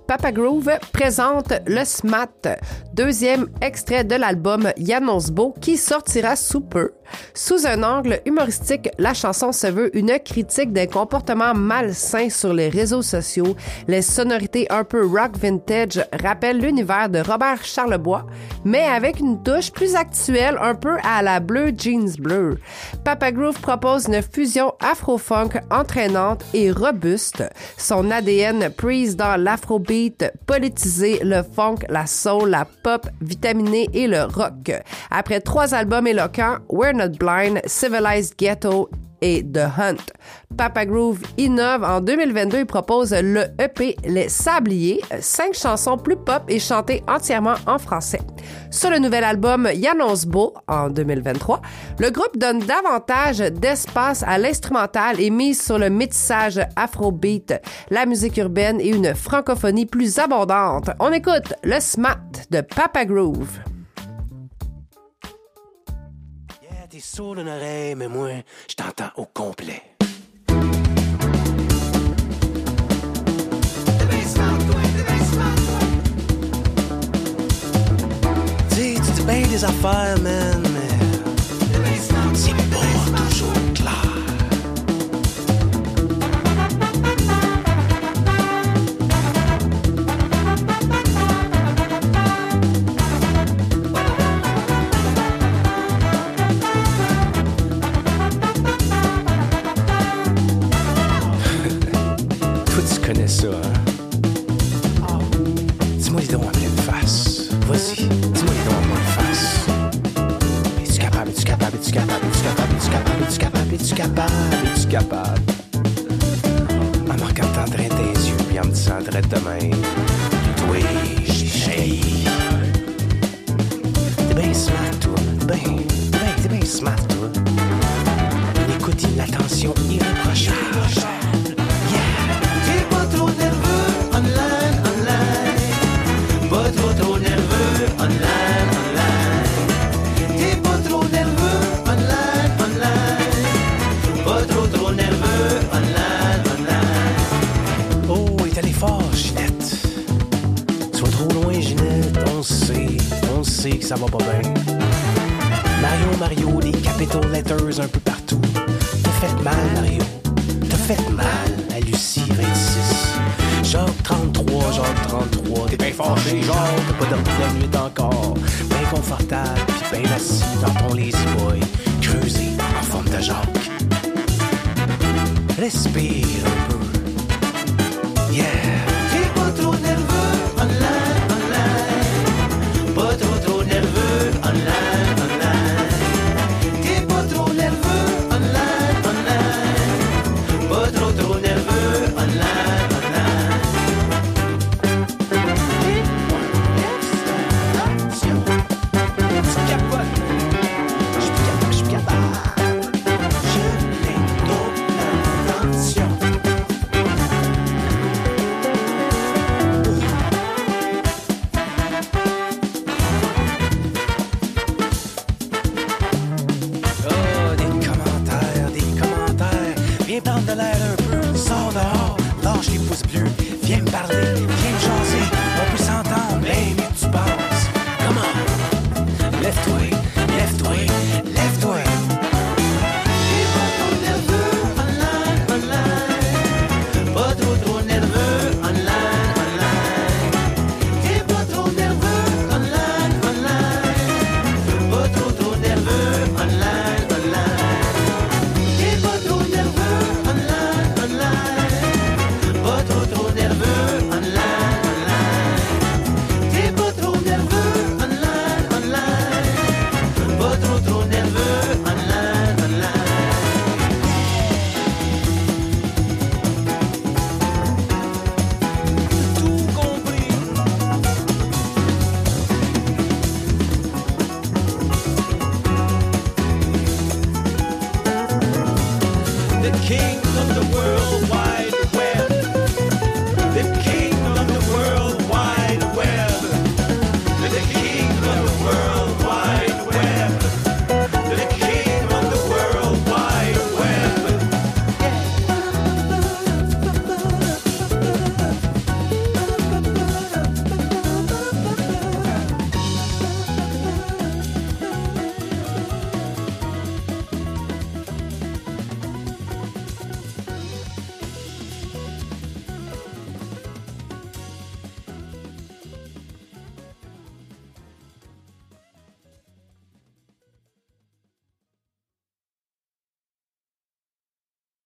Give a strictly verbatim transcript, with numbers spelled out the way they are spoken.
Papa Groove présente le S M A T, deuxième extrait de l'album János Bö qui sortira sous peu. Sous un angle humoristique, la chanson se veut une critique des comportements malsains sur les réseaux sociaux. Les sonorités un peu rock vintage rappellent l'univers de Robert Charlebois, mais avec une touche plus actuelle, un peu à la Bleu Jeans Bleu. Papa Groove propose une fusion afro-funk entraînante et robuste. Son A D N prise dans l'afrobeat politisé, le funk, la soul, la pop vitaminée et le rock. Après trois albums éloquents, We're Not Blind, Civilized Ghetto et The Hunt, Papa Groove innove en deux mille vingt-deux et propose le E P Les Sabliers, cinq chansons plus pop et chantées entièrement en français. Sur le nouvel album János Bö en deux mille vingt-trois, le groupe donne davantage d'espace à l'instrumental et mise sur le métissage afrobeat, la musique urbaine et une francophonie plus abondante. On écoute le S M A T de Papa Groove. T'es sourd d'une oreille, mais moi, je t'entends au complet. T'sais, tu dis bien des affaires, man, mais c'est pas toujours clair. Ça, hein? Oh. Dis-moi les dons en pleine face. Vas-y, dis-moi les dons en pleine face. Es-tu capable, es-tu capable, es-tu capable, es-tu capable, es-tu capable, es-tu capable, es-tu capable, es-tu capable? En me regardant droit dans les yeux, puis en me disant droit de même. Oui, j'ai. T'es bien smart, toi. T'es bien, t'es bien, t'es bien smart, toi. Écoute, une attention irréprochable. Que ça va pas bien. Mario, Mario, des capital letters un peu partout. T'as fait mal, Mario. T'as fait mal à Lucie, vingt-six. Jacques, trente-trois, Jacques, trente-trois. T'es bien fâché, Jacques. T'as pas dormi la nuit encore. Bien confortable, pis bien assis dans ton lazy boy. Creusé en forme de Jacques. Respire un peu. Yeah.